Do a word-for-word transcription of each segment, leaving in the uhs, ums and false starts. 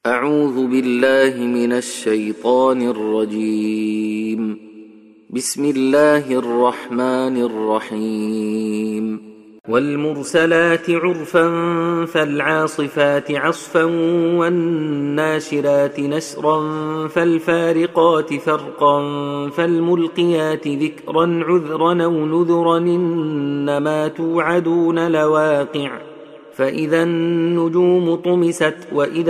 أعوذ بالله من الشيطان الرجيم. بسم الله الرحمن الرحيم. والمرسلات عرفا فالعاصفات عصفا والناشرات نشرا فالفارقات فرقا فالملقيات ذكرا عذرا أو نذرا إنما توعدون لواقع فإذا النجوم طمست وإذا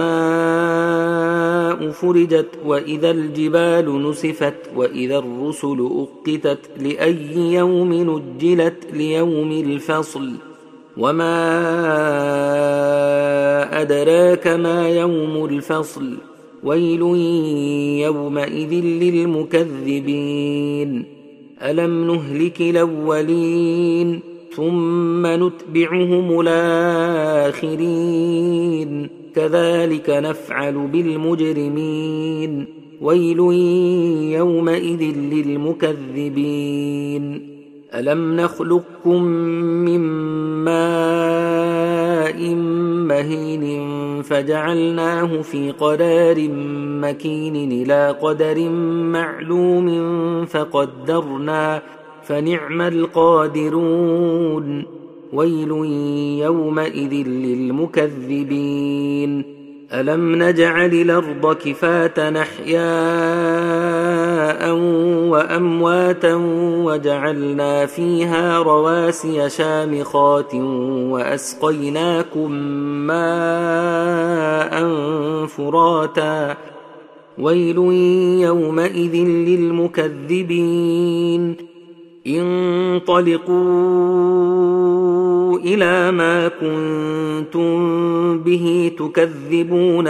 السماء فرجت وإذا الجبال نسفت وإذا الرسل أقتت لأي يوم نجلت ليوم الفصل وما أدراك ما يوم الفصل ويل يومئذ للمكذبين ألم نهلك الأولين ثم نتبعهم الآخرين كذلك نفعل بالمجرمين ويل يومئذ للمكذبين ألم نخلقكم من ماء مهين فجعلناه في قرار مكين إلى قدر معلوم فقدرنا فنعم القادرون ويل يومئذ للمكذبين ألم نجعل الأرض كفاة أحياء وأمواتا وجعلنا فيها رواسي شامخات وأسقيناكم ماء فراتا ويل يومئذ للمكذبين انطلقوا إلى ما كنتم به تكذبون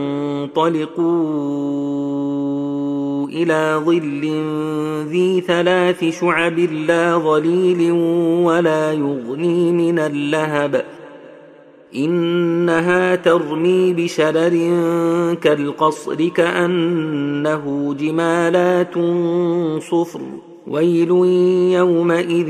انطلقوا إلى ظل ذي ثلاث شعب لا ظليل ولا يغني من اللهب إنها ترمي بشرر كالقصر كأنه جمالات صفر ويل يومئذ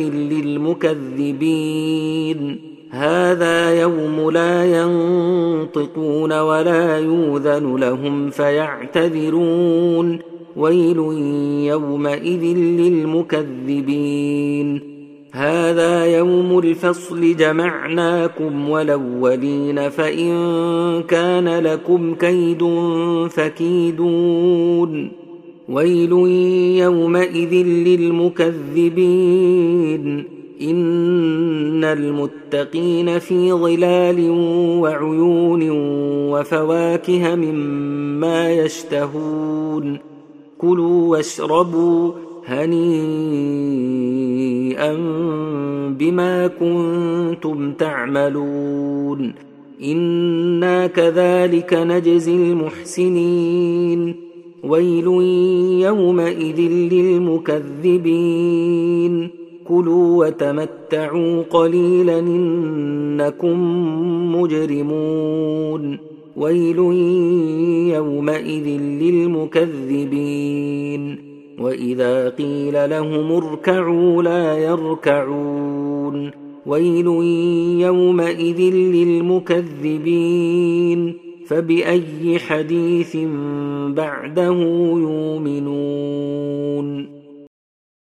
للمكذبين هذا يوم لا ينطقون ولا يؤذن لهم فيعتذرون ويل يومئذ للمكذبين هذا يوم الفصل جمعناكم والأولين فإن كان لكم كيد فكيدون ويل يومئذ للمكذبين إن المتقين في ظلال وعيون وفواكه مما يشتهون كلوا واشربوا هنيئا بما كنتم تعملون إنا كذلك نجزي المحسنين ويل يومئذ للمكذبين كلوا وتمتعوا قليلا إنكم مجرمون ويل يومئذ للمكذبين وإذا قيل لهم اركعوا لا يركعون ويل يومئذ للمكذبين فبأي حديث بعده يؤمنون.